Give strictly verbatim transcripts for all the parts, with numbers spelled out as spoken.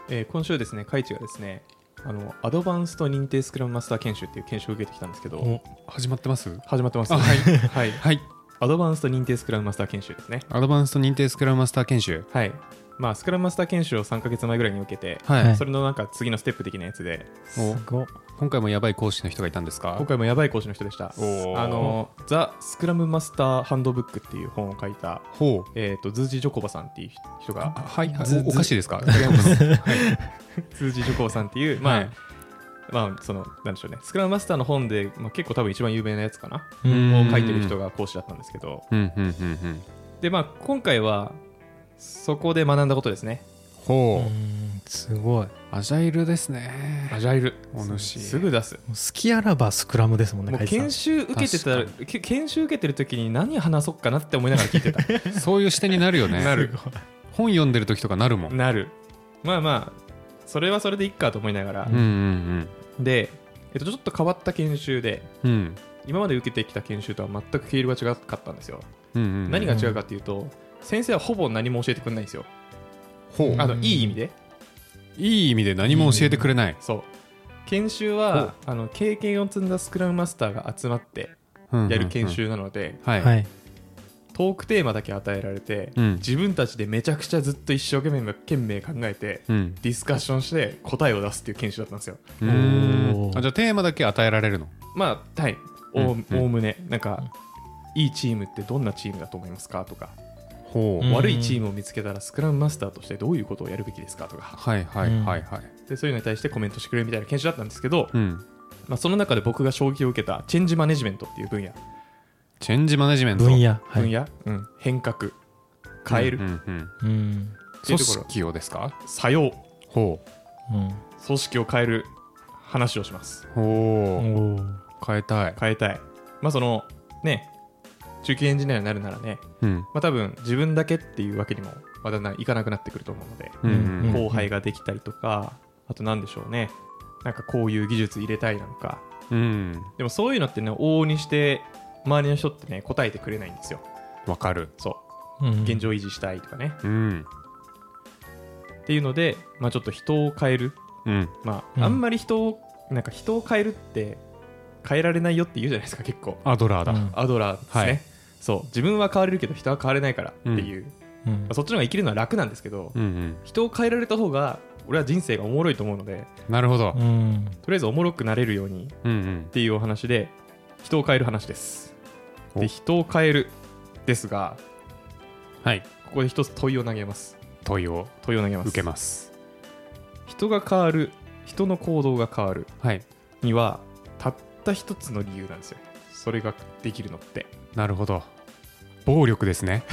えー、今週ですね、カイチがですね、あのアドバンスト認定スクラムマスター研修っていう研修を受けてきたんですけど、 始まってます？ 始まってます。 はい、 はい、 はい、 アドバンスト認定スクラムマスター研修ですね。 アドバンスト認定スクラムマスター研修。 はい。まあ、スクラムマスター研修をさんかげつまえぐらいに受けて、 はい、 それのなんか次のステップ的なやつで、 すごっ。 今回もやばい講師の人がいたんですか？ 今回もやばい講師の人でした。 おあのザ・スクラムマスターハンドブックっていう本を書いた、 ほう、 えー、とズージ・ジョコバさんっていう人が、 はいはい、 ずおおかしいですか？ 違います、はい、ズージ・ジョコバさんっていう、まあ、 はいまあ、そのなんでしょうね、スクラムマスターの本で、まあ、結構多分一番有名なやつかなううんを書いてる人が講師だったんですけど、 うんうんうんうんで、まあ、今回はそこで学んだことですね。 ほう、 んすごい。 アジャイルですね。 アジャイルお主すぐ出す。 好きあらばスクラムですもんね。 もうカイさん研修受けてたら確け研修受けてる時に何話そうかなって思いながら聞いてたそういう視点になるよね。 なる本読んでる時とかなるもん。 なる。まあまあそれはそれでいっかと思いながら、 うんうんで、えっと、ちょっと変わった研修で、 うんうん今まで受けてきた研修とは全く毛色が違かったんですよ。 うんうんうん。 何が違うかっていうと、先生はほぼ何も教えてくれないんですよ。 ほう、 あのいい意味で。 いい意味で何も教えてくれない。 そう研修はあの経験を積んだスクラムマスターが集まってややる研修なので、 はい、 はい。 トークテーマだけ与えられて、 うん自分たちでめちゃくちゃずっと一生懸命懸命考えて、 うんディスカッションして答えを出すっていう研修だったんですよ。 うーんおーあじゃあテーマだけ与えられるの？ まあはい、おおうんうんおむねなんか、いいチームってどんなチームだと思いますかとか、 ほう、 うん悪いチームを見つけたらスクラムマスターとしてどういうことをやるべきですかとか、 はいはいはいはい。 でそういうのに対してコメントしてくれるみたいな研修だったんですけど、 うん。 まあ、その中で僕が衝撃を受けたチェンジマネジメントっていう分野、 チェンジマネジメント。 分野。はい。 分野、うん、変革変える、 うんうんうんうん。 組織をですか？ 作用ほうん。 組織を変える話をします。 うほおうー変えたい。 変えたい。まあそのね中級エンジニアになるならね、 うんまあ、多分自分だけっていうわけにもまだんだんいかなくなってくると思うので、 うんうん後輩ができたりとか、あとなんでしょうね、なんかこういう技術入れたいなのか、 うんでもそういうのってね往々にして周りの人ってね答えてくれないんですよ。 わかる。 そううん現状維持したいとかね、 うんっていうので、まあ、ちょっと人を変える、 うんまあ、 うんあんまり人をなんか人を変えるって変えられないよって言うじゃないですか結構。 アドラーだ。 うんアドラーですね、 はいそう自分は変われるけど人は変われないからっていう、 うんまあそっちの方が生きるのは楽なんですけど、 うんうん人を変えられた方が俺は人生がおもろいと思うので、 なるほど。 うん。 とりあえずおもろくなれるようにっうんうんていうお話で人を変える話です。 おで人を変えるですが、 はい。 ここで一つ問いを投げます。 問いを問いを投げます。 受けます。 人が変わる、人の行動が変わるはい。 にはたった一つの理由なんですよ。それができるのって。 なるほど。暴力ですね。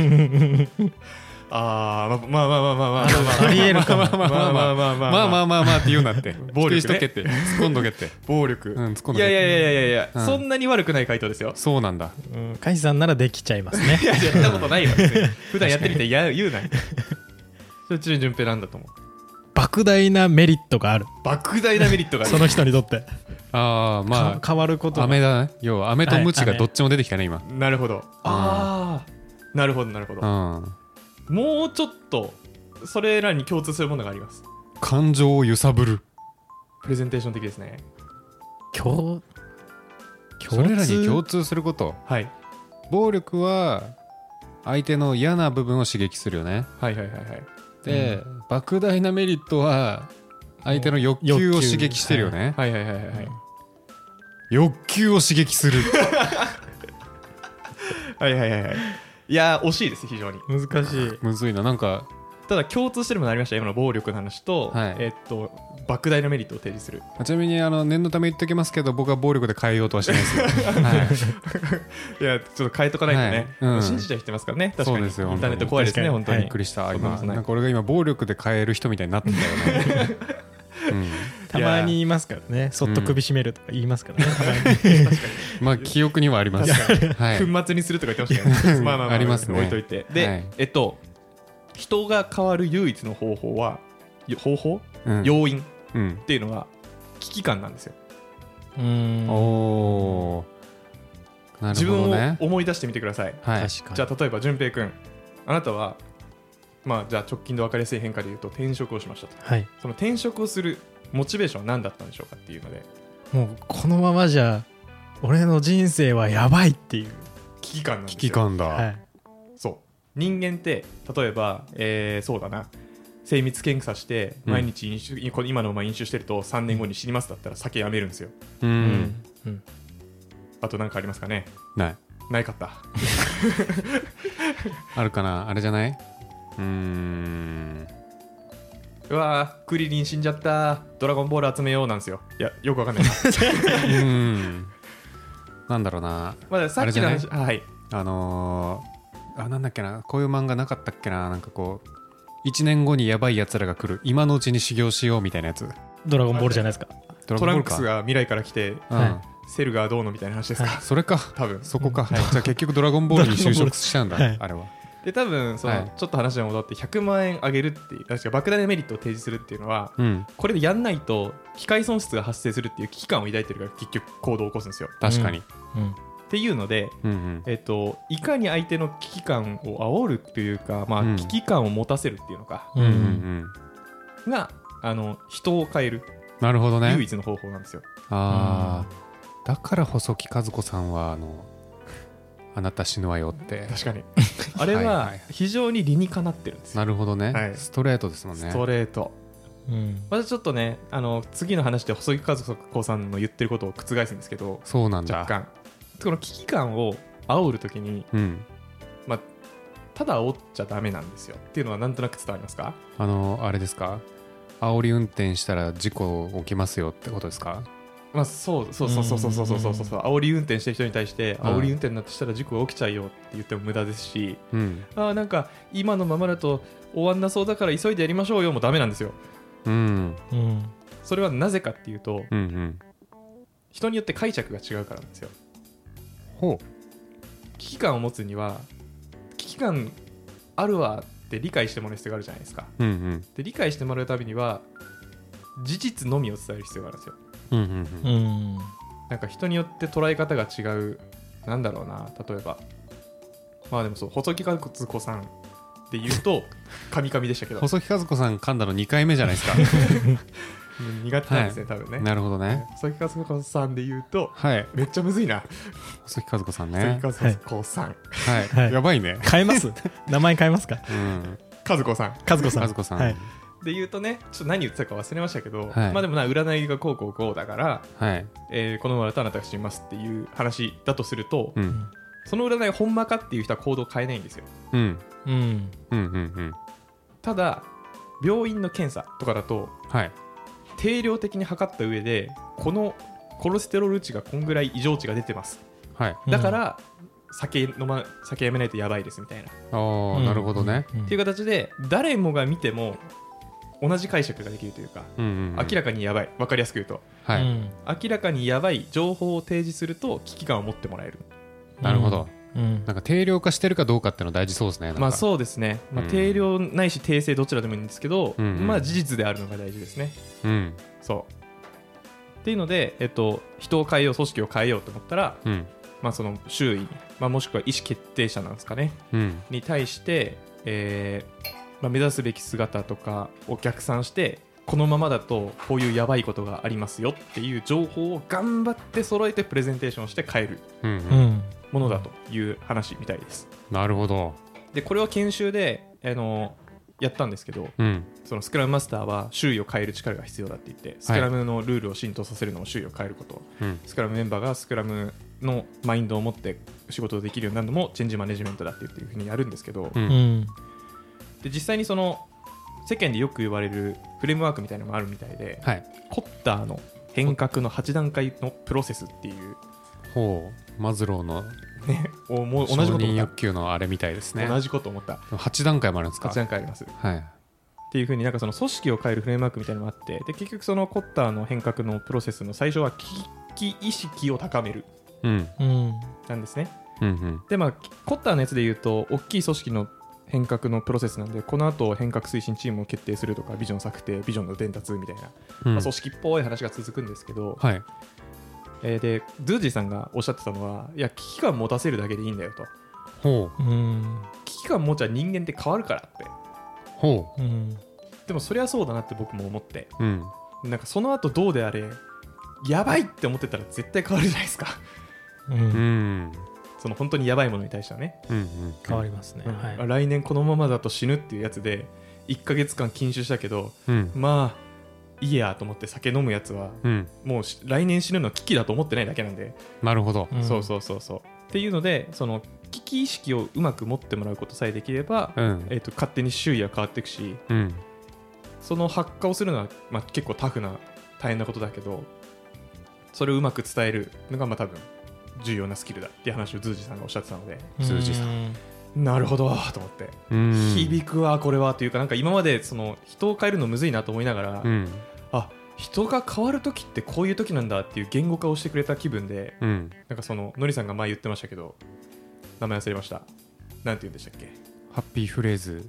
あー、まあまあまあまあまあまあまあありえるかもまあまあまあまあまあまあまあまあまあまあって言うなって。 暴力ね否定しとけって。突っ込んどけって。 暴力。 うん、突っ込んどけって。 いやいやいやいやいや、 うんそんなに悪くない回答ですよ。 そうなんだ。 うん。カイさんならできちゃいますねい。ややったことないわ。別に普段やってみてや言うな。そっちの順平なんだと思う。 莫大なメリットがある。 莫大なメリットがある。 その人にとって。 ああ、まか変わることあ、 が。 飴だね。要は飴とムチがはいどっちも出てきたね、今。 なるほど。ああ、なるほどなるほど。 うん。 もうちょっとそれらに共通するものがあります。 感情を揺さぶる。 プレゼンテーション的ですね。 共それらに共通通すること。 はい暴力は相手の嫌な部分を刺激するよね。 はいはいはいはい。 で、莫大なメリットは相手の欲求を刺激してるよね。 はいはいはいはいはい。 欲求を刺激する。 はいはいはいはい。いやー惜しいです非常に。 難しい。 むずいな。なんか、 ただ共通してるものありました。今の暴力の話と、 はいえーっと莫大なメリットを提示する。 ちなみにあの念のため言っておきますけど、僕は暴力で変えようとはしないですよ。はい。 いやちょっと変えとかないとね、 はいうん信じちゃう人いますからね。確かにそうですよインターネット怖いですね本当に。 びっくりした。今、 そんなことないなんか俺が今暴力で変える人みたいになってたよね。うん。 たまに言いますからね。そっと首絞めるとか言いますからね。たまにまあ記憶にはあります。はい。 粉末にするとか言ってましたよね。まあまあまあありますね置いといて。で、 はいえっと人が変わる唯一の方法はよ方法、 うん要因うんっていうのは危機感なんですよ。 うーん。 おーな自分をるほどね。 思い出してみてください。 はい。 確かに。 じゃあ例えば淳平君、あなたはまあじゃあ直近で分かりやすい変化でいうと転職をしましたと。 はい。 その転職をするモチベーションは何だったんでしょうかっていうので、 もうこのままじゃ俺の人生はやばいっていう。 危機感なんですよ。 危機感だ、 はい。 そう人間って例えば、えーそうだな精密検査して毎日飲酒、こ今のまま飲酒してるとさんねんごに死にますだったら酒やめるんですよ。 うん、 うんうん。 あと何かありますかね。 ないないかったあるかな、あれじゃない、うーんうわークリリン死んじゃったドラゴンボール集めようなんですよ。いやよくわかんないなうーんなんだろうな、 まださっきの話、はいあのー、あなんだっけな、こういう漫画なかったっけな、なんかこういちねんごにやばいやつらが来る、今のうちに修行しようみたいなやつ。 ドラゴンボールじゃないですか。 ドトランクかスが未来から来てうん、 はセルがどうのみたいな話ですか、 はそれか多分そこか、 うんじゃあ結局ドラゴンボールに就職しちゃうんだ、 はいあれは。 で多分その、 はいちょっと話が戻ってひゃくまんえんあげるっていう確か莫大なメリットを提示するっていうのはうん、 これでやんないと機械損失が発生するっていう危機感を抱いてるから結局行動を起こすんですよ。 確かに、 うん。 っていうので、 うんうんえっと、いかに相手の危機感を煽るというか、まあうん危機感を持たせるっていうのか、 うんうんうんがあの人を変えるなるほどね。 唯一の方法なんですよ。 ああ、だから細木和子さんはあのあなた死ぬわよって。 確かにあれはいははい非常に理にかなってるんですよ。 なるほどね、 はいストレートですもんね。 ストレート。 うん。 またちょっとねあの次の話で細木和子さんの言ってることを覆すんですけど、 そうなんだ。 若干この危機感を煽るときにうん、 ただ煽っちゃダメなんですよっていうのはなんとなく伝わりますか。 あのあれですか、煽り運転したら事故起きますよってことですか。 まあそうそうそうそうそうそうそうそうそう煽り運転してる人に対してうん煽り運転になってしたら事故が起きちゃうよって言っても無駄ですし、 うんあーなんか今のままだと終わんなそうだから急いでやりましょうよもダメなんですよ。 うんうん。 それはなぜかっていうとうんうん人によって解釈が違うからなんですよ。 ほ危機感を持つには危機感あるわって理解してもらう必要があるじゃないですか。 う。うんうんで理解してもらうためには事実のみを伝える必要があるんですよ。 うんうんううんん。 なんか人によって捉え方が違う。なんだろうな、例えばまあでもそう細木和子さんで言うとカミカミでしたけど細木和子さん噛んだのにかいめじゃないですか。 苦手なんですね、多分ね。 なるほどね。 細木和子さんで言うとはい、 めっちゃむずいな。 細木和子さんね。 細木和子さん、 はい、 はいやばいね。 変えます名前変えますか。 うん、 和子さん和子さん。 和子さん。 はい。 で言うとね、ちょっと何言ってたか忘れましたけど、 はいまあでもな占いがこうこうこうだから、 はい、 えーこのままだとあなたが死にますっていう話だとすると、 うん、 その占いほんまかっていう人は行動を変えないんですよ。 うん、 うん。 うん、うん、うん。 ただ病院の検査とかだとはい、 定量的に測った上でこのコレステロール値がこんぐらい異常値が出てますはい。 だから、酒飲ま酒やめないとやばいですみたいな、 ああ、なるほどね。 うん。 っていう形で誰もが見ても同じ解釈ができるというか、 うん、うん。 明らかにやばい、分かりやすく言うとはい、 うん明らかにやばい情報を提示すると危機感を持ってもらえる。 なるほど。 うん。 なんか定量化してるかどうかっていうの大事そうですね。なんかまあそうですね、まあ、 うん定量ないし訂正どちらでもいいんですけど、 うんうんまあ事実であるのが大事ですね。 うん、 そうっていうので、えっと、人を変えよう組織を変えようと思ったら、 うん、 まあ、その周囲に、まあ、もしくは意思決定者なんですかねうん、 に対して、えーまあ、目指すべき姿とかを逆算してこのままだとこういうやばいことがありますよっていう情報を頑張って揃えてプレゼンテーションして変えるうん、 ううん。 ん。 ものだという話みたいです。 なるほど。 でこれは研修で、あのやったんですけど、 うん、 そのスクラムマスターは周囲を変える力が必要だって言ってスクラムのルールを浸透させるのも周囲を変えること、 うん、 スクラムメンバーがスクラムのマインドを持って仕事をできるようになるのもチェンジマネジメントだっていうふうにやるんですけど、 う、 うんん。 で実際にその世間でよく言われるフレームワークみたいなのもあるみたいで、 はい。 コッターの変革のはち段階のプロセスっていう、 ほう、マズローのね、おもう同承じこと思っ認欲求のあれみたいですね。 た同じこと思ったはち段階もあるんですか。 はち段階ありますっはい。 ていうふうになんかその組織を変えるフレームワークみたいなのがあって、で結局そのコッターの変革のプロセスの最初は危機意識を高めるうん、 うん。 なんですね。 うん、うん、 でまあコッターのやつで言うと大きい組織の変革のプロセスなんで、この後変革推進チームを決定するとかビジョン策定ビジョンの伝達みたいな、 うん。 まあ、組織っぽい話が続くんですけど、 はい。 えーでドゥージーさんがおっしゃってたのは、いや危機感持たせるだけでいいんだよと、 ほう。 うん。 危機感持ちゃ人間って変わるからってほうんでもそりゃそうだなって僕も思って、 う。うん。 なんかその後どうであれやばいって思ってたら絶対変わるじゃないですかううんん。 その本当にやばいものに対してはね、 うん。 変わりますね、はいあ来年このままだと死ぬっていうやつでいっかげつかん禁酒したけど、 うん。 まあいいやと思って酒飲むやつはうん。 もうし来年死ぬの危機だと思ってないだけなんで、 なるほど。 んそうそうそうそうっていうので、その危機意識をうまく持ってもらうことさえできれば、 うん。 えー、と勝手に周囲は変わっていくし、 うん。 その発火をするのは、まあ、結構タフな大変なことだけど、それをうまく伝えるのがまあ多分重要なスキルだっていう話をズージさんがおっしゃってたので、 数字さんなるほどと思って、 うん。 響くわこれはというか、なんか今までその人を変えるのむずいなと思いながら、 うん。 あ人が変わる時ってこういう時なんだっていう言語化をしてくれた気分で、 うん。 なんかそののりさんが前言ってましたけど、名前忘れました、なんて言うんでしたっけ、 ハッピーフレーズ。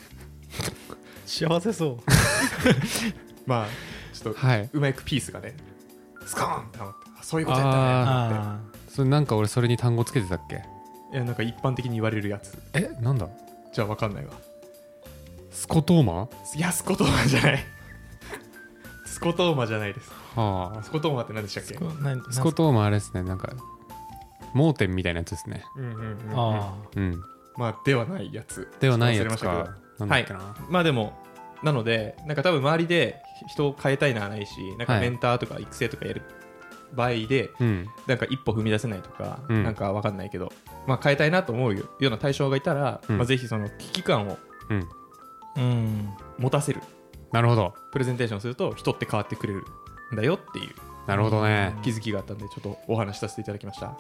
幸せそうまあちょっとはい。 うまくピースがねスコーンってなって、あそういうことやったねと思って、 あそれなんか俺それに単語つけてたっけ？ いやなんか一般的に言われるやつえ、なんだ？ じゃあ分かんないわ。 スコトーマ？ いやスコトーマじゃないスコトーマじゃないです。 はスコトーマって何でしたっけ？ ーなあ。スコトーマあれですね。なんか盲点みたいなやつですね。 うんうんうんうん、 あうん。 まあではないやつではないやちょっと忘れまつしたけど、 か。なんだっけな。 まあでもなのでなんか多分周りで人を変えたいのはないし、なんかはいメンターとか育成とかやる場合で、 うん。 なんか一歩踏み出せないとか、 うんなんか分かんないけど、まあ変えたいなと思うような対象がいたら、 うんまあぜひその危機感をうん。 うん持たせるなるほど。 プレゼンテーションすると人って変わってくれるんだよっていうなるほどね。 気づきがあったんで、ちょっとお話しさせていただきました。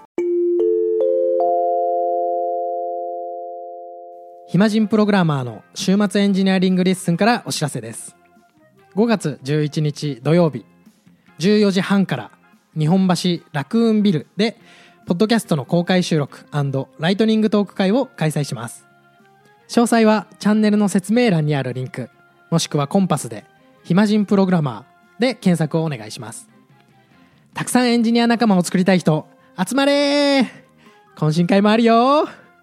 暇人プログラマーの週末エンジニアリングレッスンからお知らせです。ごがつじゅういちにち土曜日じゅうよじはんから日本橋ラクーンビルでポッドキャストの公開収録&ライトニングトーク会を開催します。詳細はチャンネルの説明欄にあるリンク、もしくはコンパスで暇人プログラマーで検索をお願いします。たくさんエンジニア仲間を作りたい人集まれー。懇親会もあるよ。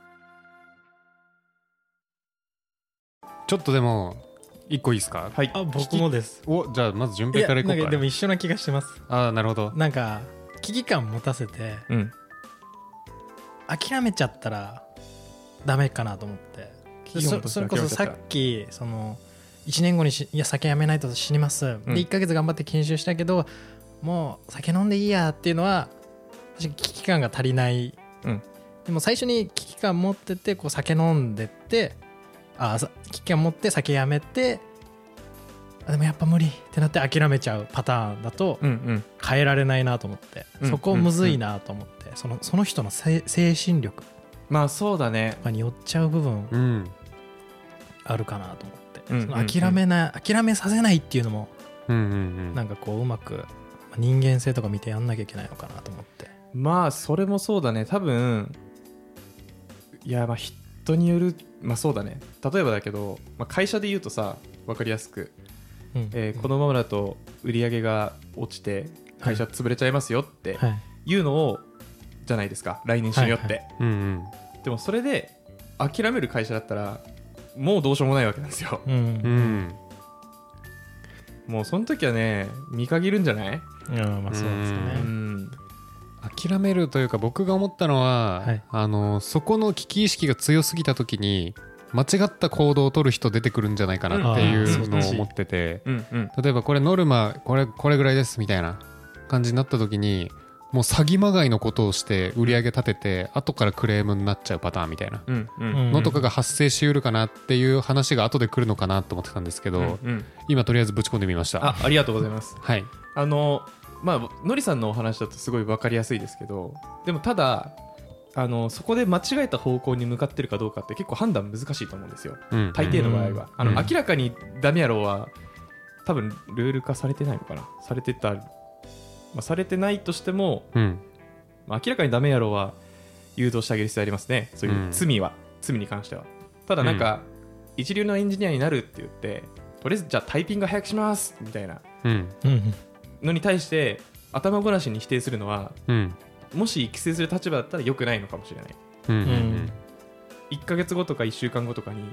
ちょっとでも一個いいですか？ はい。 あ僕もです。 お、じゃあまず順いや平からいこうかなんかでも一緒な気がしてます。 ああ、なるほど。 なんか危機感持たせてうん。 諦めちゃったらダメかなと思って、でそそれこそさっきそのいちねんごにしいや酒やめないと死にます、 うんでいっかげつ頑張って研修したけどもう酒飲んでいいやっていうのは私危機感が足りない、 うんでも最初に危機感持っててこう酒飲んでってあさ危機感持って酒やめてあでもやっぱ無理ってなって諦めちゃうパターンだとうんうん。 変えられないなと思って、 うんそこむずいなと思って、そのその人のせ精神力まあそうだねと。かに寄っちゃう部分うん。 あるかなと思って、 うんうんうんその諦めない諦めさせないっていうのもうんうんうん。 なんかこううまくまあ人間性とか見てやんなきゃいけないのかなと思って。 まあそれもそうだね。多分いやまあ人による、まあそうだね。例えばだけど、まあ、会社で言うとさ分かりやすく、 うんえーこのままだと売り上げが落ちて会社潰れちゃいますよってはいいうのをじゃないですか、来年死ぬよって、 はいうんうん。 でもそれで諦める会社だったらもうどうしようもないわけなんですよ。 うんうん。 もうその時はね見限るんじゃない？ うんまあそうですようね。 ん諦めるというか僕が思ったのは、 はいあのそこの危機意識が強すぎた時に間違った行動を取る人出てくるんじゃないかなっていうのを思ってて、 うんうん例えばこれノルマこれこれぐらいですみたいな感じになった時にもう詐欺まがいのことをして売り上げ立てて後からクレームになっちゃうパターンみたいなうんうんうんのとかが発生しうるかなっていう話が後で来るのかなと思ってたんですけど、 うんうん今とりあえずぶち込んでみました。 あありがとうございます。 はい。 あのまあのりさんのお話だとすごい分かりやすいですけど、でもただあのそこで間違えた方向に向かってるかどうかって結構判断難しいと思うんですよ、 うん大抵の場合は。あの、 うん明らかにダメやろうは多分ルール化されてないのかな、されてた、まあ、されてないとしても、 うんまあ、明らかにダメやろうは誘導してあげる必要ありますね、そういう罪は、罪に関しては。ただなんか、一流のエンジニアになるって言ってとりあえずじゃあタイピング早くしますみたいなうんうんのに対して頭ごなしに否定するのは、 うんもし育成する立場だったら良くないのかもしれない。 うんうんうんいっかげつごとかいっしゅうかんごとかに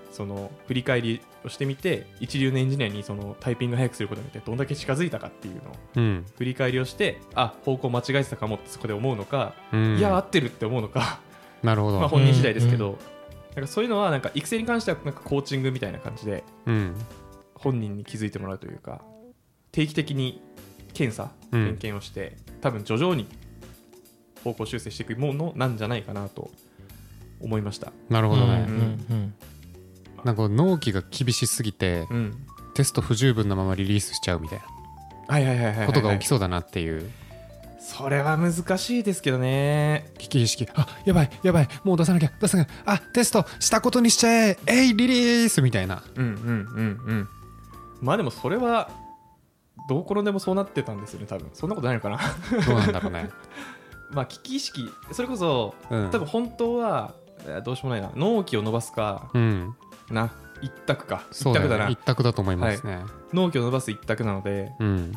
その振り返りをしてみて一流のエンジニアにそのタイピング早くすることによってどんだけ近づいたかっていうのをうん振り返りをしてあ方向間違えてたかもってそこで思うのか、 うんいや合ってるって思うのかなるほど、 まあ本人次第ですけど、 うなんかそういうのはなんか育成に関してはなんかコーチングみたいな感じでうん本人に気づいてもらうというか定期的に検査うん点検をして、多分徐々に方向修正していくものなんじゃないかなと思いました。 なるほどね、 うんうんなんか納期が厳しすぎてうん、 テスト不十分なままリリースしちゃうみたいはいはいはいはい、はないことが起きそうだなっていうそれは難しいですけどね。 危機意識、あやばいやばいもう出さなきゃ出さなきゃ、あテストしたことにしちゃええいリリースみたいな。 うんうんうんうんまあでもそれはどころでもそうなってたんですよね多分。そんなことないのかなどうなんだろうねまあ危機意識それこそ、 うん多分本当はえーどうしようもないな納期を伸ばすかうんな一択かそうだよね一択だな一択だと思いますね、 納期を伸ばす一択なのでうん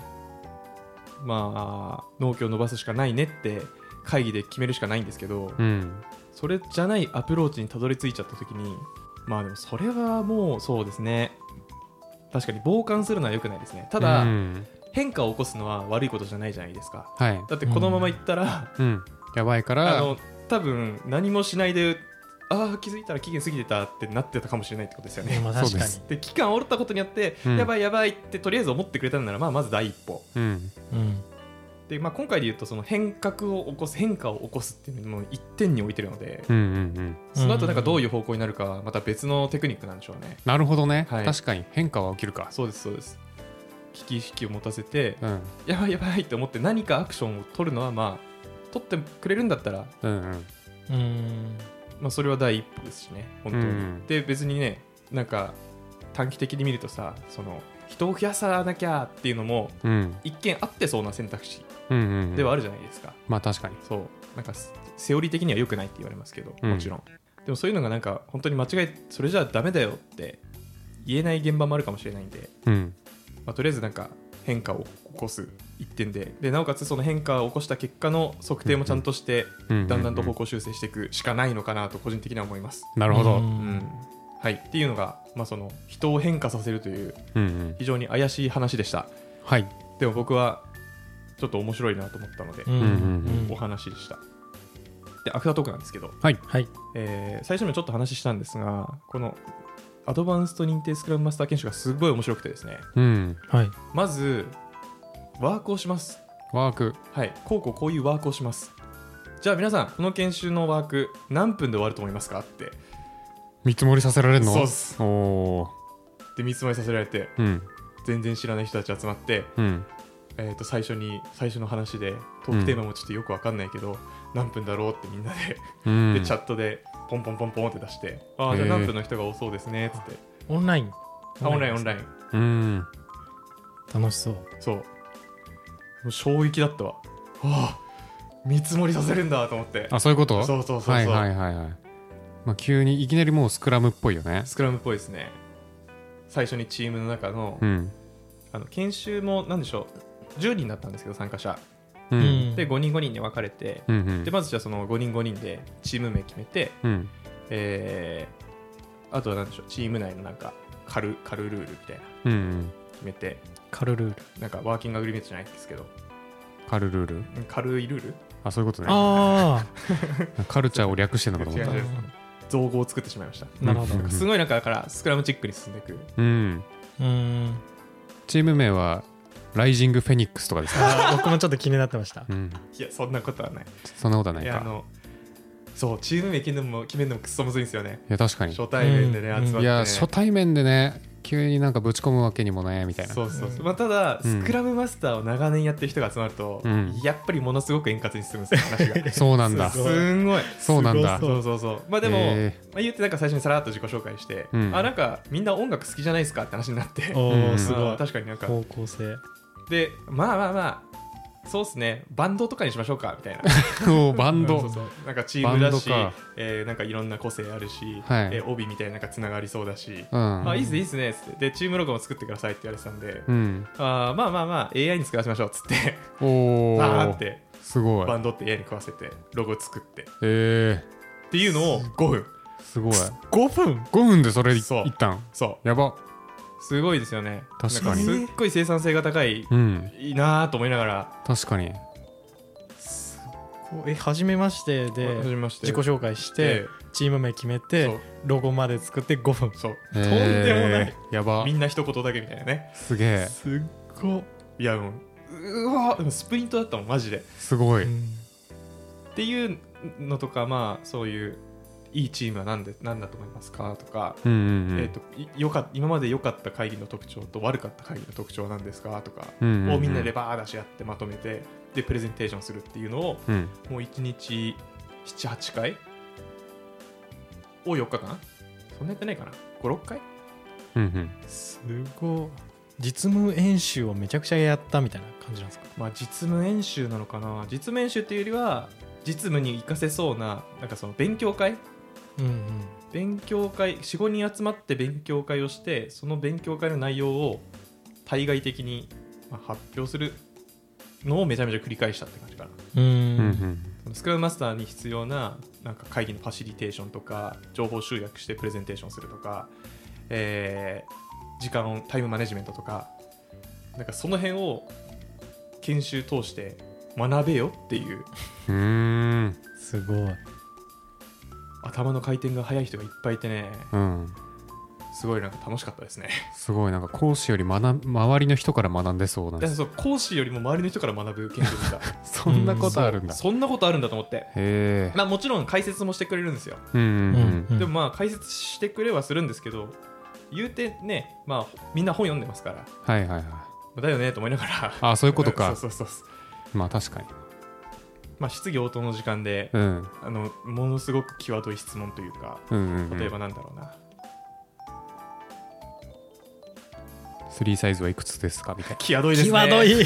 まあ納期を伸ばすしかないねって会議で決めるしかないんですけど、 うんそれじゃないアプローチにたどり着いちゃった時にまあでもそれはもうそうですね確かに傍観するのは良くないですね。ただ、 うん変化を起こすのは悪いことじゃないじゃないですか。 はいだってこのままいったら、 うんやばいからあの多分何もしないでああ気づいたら期限過ぎてたってなってたかもしれないってことですよね。 まあ確かにそうですで期間を折ったことによって、 うんやばいやばいってとりあえず思ってくれたなら、まあ、まず第一歩うんうんで、まあ、今回で言うとその変革を起こす変化を起こすっていうのも一点に置いてるので、 うんうんうんその後なんかどういう方向になるかはまた別のテクニックなんでしょうね。 なるほどね、 はい確かに変化は起きるか。 そうですそうです危機意識を持たせて、 うんやばいやばいって思って何かアクションを取るのはまあ取ってくれるんだったら、 うんうんうんまあ、それは第一歩ですしね本当に、 うんで別にねなんか短期的に見るとさその人を増やさなきゃっていうのもうん一見あってそうな選択肢うんうんではあるじゃないですか、 まあ確かに。 そうなんかセオリー的には良くないって言われますけど、 うんもちろんでもそういうのがなんか本当に間違えそれじゃダメだよって言えない現場もあるかもしれないんで、 うんまあ、とりあえずなんか変化を起こす一点ででなおかつその変化を起こした結果の測定もちゃんとしてうんうんだんだんと方向修正していくしかないのかなと個人的には思います、 なるほど。 ううんうんはい、っていうのが、まあ、その人を変化させるといううん非常に怪しい話でした。 はい。 でも僕はちょっと面白いなと思ったので、 うんうんお話でした。でアフタートークなんですけど、 はい。 はいえー最初にもちょっと話したんですがこのアドバンスト認定スクラムマスター研修がすごい面白くてですねうん。 はいまずワークをします。 ワーク。 はい、こうこうこういうワークをします。じゃあ皆さんこの研修のワーク何分で終わると思いますかって見積もりさせられるの？ そうっすおお。 で見積もりさせられてうん。 全然知らない人たち集まって、 うん。 えー、と最初に最初の話でトークテーマもちょっとよくわかんないけど、何分だろうってみんなで,、 うん。 でチャットでポンポンポンポンって出してああじゃあへー何分の人が多そうですねっつってオンラインあオンラインオンラインうん。 楽しそうそうもう衝撃だったわ。わあ見積もりさせるんだと思ってあ、そういうこと？ そうそうそうそう、 はいはいはいはい。まあ急にいきなりもうスクラムっぽいよね。 スクラムっぽいですね。最初にチームの中の,、 うん。 あの研修もなんでしょうじゅうにんだったんですけど参加者う。 うんんでごにんごにんに分かれて、 うんうん。 でまずじゃあそのごにんごにんでチーム名決めて、 うん。 えー、あとはなんでしょうチーム内のなんかカルカルルールみたいなうんうん。 決めてカルルールなんかワーキングアグリメントじゃないですけどカルルール。 うん軽いルールあ、そういうことね。 あカルチャーを略してんのかと思った違う違う。造語を作ってしまいました。 あなるほどうんすごいなんかだからスクラムチックに進んでいく。 うん。 うんチーム名はライジングフェニックスとかですか？ あー僕もちょっと気になってましたうん。 いやそんなことはない。 そんなことはないか。 いやあのそうチーム名決めるのも決めるのもくっそむずいんですよね。 いや確かに。 初対面でね、 うん集まって、ねいや初対面でね急になんかぶち込むわけにもねみたいな。 そうそうそう、 うんまあ、ただ、 うんスクラムマスターを長年やってる人が集まると、 うんやっぱりものすごく円滑に進むんですよ話がそうなんだ。 すんごいそうなんだ。 そうそうそうまあでも、 へまあ、言ってなんか最初にさらっと自己紹介して、 うんあなんかみんな音楽好きじゃないですかって話になっておうんおすごいあ確かになんか方向性でまあまあまあそうっすねバンドとかにしましょうかみたいなーおーバンド。 そうそうなんかチームだしバンドか、 えーなんかいろんな個性あるし、 はいえー帯みたいななんかつながりそうだし、 うん。 まあいいっすねいいっすねっつってでチームロゴも作ってくださいって言われてたんで、 うん。 あーまあまあまあ エーアイ に作らせましょうっつっておお。 バーってすごい。 バンドって エーアイ に食わせてロゴ作ってっえていうのをごふんすごいごふんごふんでそれいそういったんそうやば。 すごいですよね。 確かになんすっごい生産性が高い、 うんいいなと思いながら、 確かに。 こうえ初めましてで始めまして自己紹介してチーム名決めそうてロゴまで作ってごふん。 そうとんとんでもないやば。 みんな一言だけみたいなね。 すげえすっごいやもううわでもスプリントだったもんマジで。 すごい。 っていうのとか、まあそういういいチームは何で何だと思いますかとか、 うんうんうんえー、といよか今まで良かった会議の特徴と悪かった会議の特徴は何ですかとかうんうんうんをみんなでバー出し合ってまとめて、でプレゼンテーションするっていうのをうんもういちにちななはちかいをよっかかんそんなやってないかなごろっかい。 うんうんすごい。実務演習をめちゃくちゃやったみたいな感じなんですか？ まあ実務演習なのかな。実務演習っていうよりは実務に活かせそうななんかその勉強会うんうん勉強会 よん,ご 人集まって勉強会をして、その勉強会の内容を対外的にまあ発表するのをめちゃめちゃ繰り返したって感じかな。 うんうんうんスクラムマスターに必要ななんか会議のファシリテーションとか情報集約してプレゼンテーションするとか、えー時間をタイムマネジメントとかなんかその辺を研修通して学べよっていううーんすごい。 頭の回転が速い人がいっぱいいてね、 うんすごいなんか楽しかったですね。 すごい。なんか講師より学ん周りの人から学んでそうなんです。 だからそう講師よりも周りの人から学ぶ研修でした。 そんなことあるんだ。 そんなことあるんだと思って、 へえ。 まあ、もちろん解説もしてくれるんですよ。 うんうんうんでもまあ解説してくれはするんですけど、言うてね、まあ、みんな本読んでますからはいはいはい。 だよねと思いながらあ、そういうことか。 そうそうそうまあ確かに。 まあ、質疑応答の時間で、 うんあのものすごく際どい質問というか、 うんうんうん。 例えばなんだろうな、 スリーサイズはいくつですかみたいな。 際どいですね。 際どい。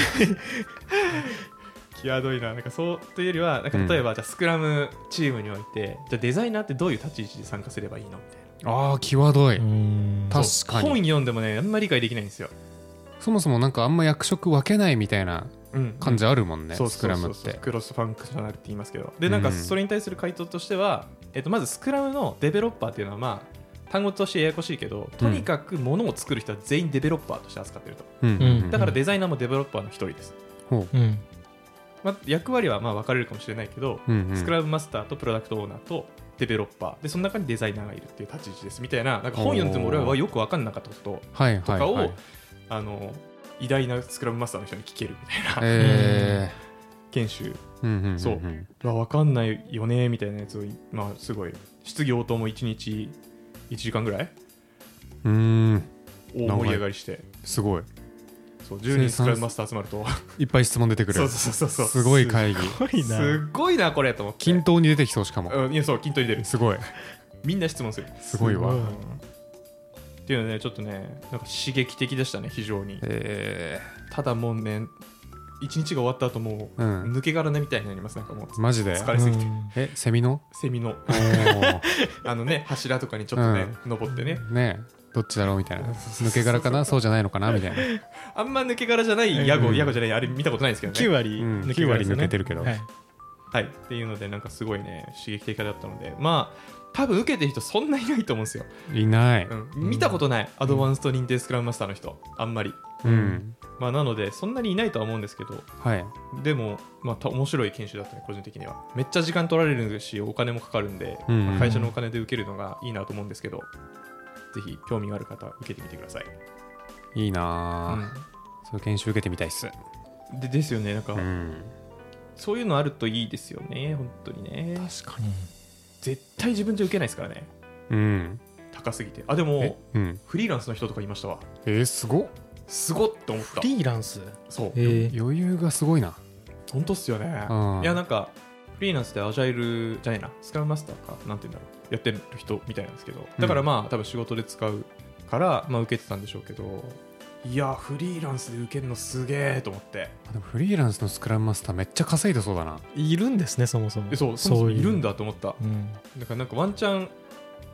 際どいな。なんかそうというよりはなんか例えば、じゃあスクラムチームにおいてじゃあデザイナーってどういう立ち位置で参加すればいいのみたいな。 ああ際どい。 うん確そうかに。 本読んでもねあんまり理解できないんですよ。 そもそもなんかあんま役職分けないみたいなうん感じあるもんね、 そうスクそうそうそうラムって。 クロスファンクショナルって言いますけど、でなんかうんそれに対する回答としては、えっとまずスクラムのデベロッパーっていうのはまあ単語としてややこしいけど、とにかくものを作る人は全員デベロッパーとして扱ってると。 うんうんうんだからデザイナーもデベロッパーの一人です。 ほううんまあ、役割はまあ分かれるかもしれないけど、 うんうんスクラムマスターとプロダクトオーナーとデベロッパーでその中にデザイナーがいるっていう立ち位置ですみたいな、なんか本読んでも俺はよく分かんなかったことはいとかを、 はいはい。 あの偉大なスクラムマスターの人に聞けるみたいな、 え研修ーうんうんうんうんそうわ分かんないよねみたいなやつを、まあ、すごい質疑応答もいちにちいちじかんぐらいうーん大盛り上がりして、 すごい。 そうじゅうにんスクラムマスター集まるといっぱい質問出てくる。 そうそうそうそうすごい会議。 すごいな。 すごいなこれと思って均等に出てきそうしかも。 うんいやそう均等に出るすごい。 みんな質問するすごいわ。 すごいっていうのねちょっとねなんか刺激的でしたね非常に。 えただもうね一日が終わった後もう、 うん抜け殻ねみたいになりますなんかもうー、マジで疲れすぎて、 うんえセミのセミのおーあのね柱とかにちょっとね、登ってねねえどっちだろうみたいな。 そうそうそう抜け殻かなそうじゃないのかなみたいな。 あんま抜け殻じゃないヤゴ、 うんヤゴじゃないあれ見たことないんですけどねきゅう割うん抜けきゅう割ですよね抜けてるけどはいはいっていうのでなんかすごいね刺激的だったのでまあ多分受けてる人そんないないと思うんですよ、 いない。 うん、見たことない、アドバンスト認定スクラムマスターの人あんまりうん。 まあなのでそんなにいないとは思うんですけどはい。 でもまあた面白い研修だったね個人的にはめっちゃ時間取られるしお金もかかるんで、 うんうんまあ会社のお金で受けるのがいいなと思うんですけどぜひ興味がある方は受けてみてください、 いいなあ、そういう研修受けてみたいっす。 うん、でですよねなんか、 うん。 そういうのあるといいですよね本当にね確かに。 絶対自分じゃ受けないですからねうん。 高すぎてあでえもうん。 フリーランスの人とかいましたわえー、 すごっ。 すごっって思ったフリーランス。 そうえー、 余裕がすごいな。 本当っすよねうんいやなんかフリーランスでアジャイルじゃないなスクラムマスターかなんて言うんだろうやってる人みたいなんですけどだからまあ多分仕事で使うからまあ受けてたんでしょうけどいやフリーランスで受けるのすげえと思ってあでもフリーランスのスクラムマスターめっちゃ稼いでそうだな。 いるんですねそもそも。 えそうそもそもいるんだ。 だと思ったうん。 だからなんかワンチャン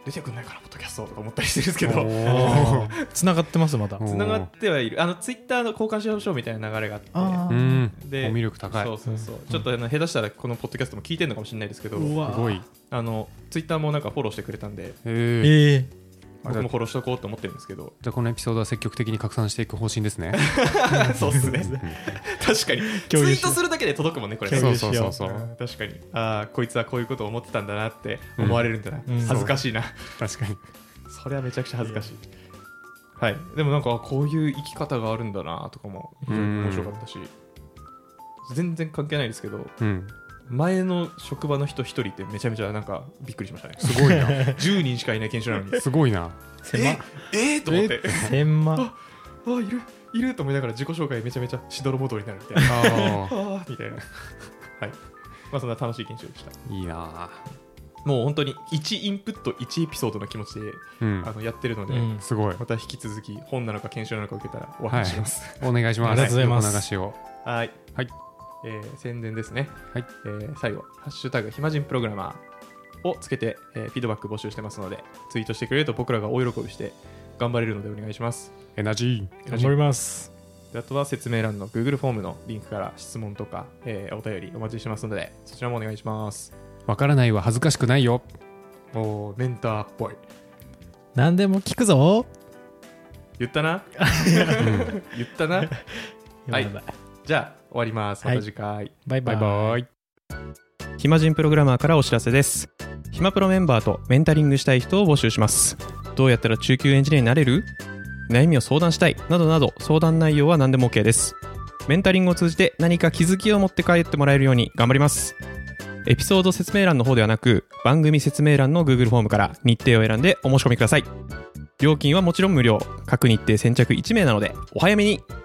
出てくんないかなポッドキャストとか思ったりしてるんですけどおーつながってますまだ。 おつながってはいる。あのツイッターの交換しましょうみたいな流れがあってあーうんでコミュ力高いそうそうそう、ちょっとあの下手したらこのポッドキャストも聞いてるのかもしれないですけど、 うわすごいあのツイッターもなんかフォローしてくれたんでえーええ僕もフォローしとこうと思ってるんですけどじゃあこのエピソードは積極的に拡散していく方針ですねそうっすね確かにツイ共有しようートするだけで届くもんねこれそう共有しよそううそうそううん確かにああこいつはこういうことを思ってたんだなって思われるんだな、 うん恥ずかしいな確かにそれはめちゃくちゃ恥ずかしいはいでもなんかこういう生き方があるんだなとかも非常に面白かったし全然関係ないですけどうん前の職場の人一人ってめちゃめちゃなんかびっくりしましたねすごいなじゅうにんしかいない研修なのにすごいな狭っえー、と思って千万ああいるいると思いながら自己紹介めちゃめちゃしどろもどろになるみたいなあああみたいなはいまあそんな楽しい研修でしたーいいなもう本当にいちインプットいちエピソードの気持ちでうんあのやってるので、 うんすごいまた引き続き本なのか研修なのか受けたらお話ししますお願いしますありがとうございます横流しをはい、 はいえー宣伝ですね、 はいえー最後「ハッシュタグ暇人プログラマー」をつけて、えーフィードバック募集してますのでツイートしてくれると僕らが大喜びして頑張れるのでお願いしますエナジ頑張りますであとは説明欄の Google フォームのリンクから質問とか、えーお便りお待ちしてますのでそちらもお願いしますーわからないは恥ずかしくないよおーメンターっぽい何でも聞くぞ言ったな言ったなはいやばいじゃあ終わりますまた次回、 バイバイバイバイ暇人プログラマーからお知らせです。暇プロメンバーとメンタリングしたい人を募集します。どうやったら中級エンジニアになれる？悩みを相談したいなどなど相談内容は何でも OK です。メンタリングを通じて何か気づきを持って帰ってもらえるように頑張ります。エピソード説明欄の方ではなく番組説明欄の Google フォームから日程を選んでお申し込みください。料金はもちろん無料。各日程先着いち名なのでお早めに。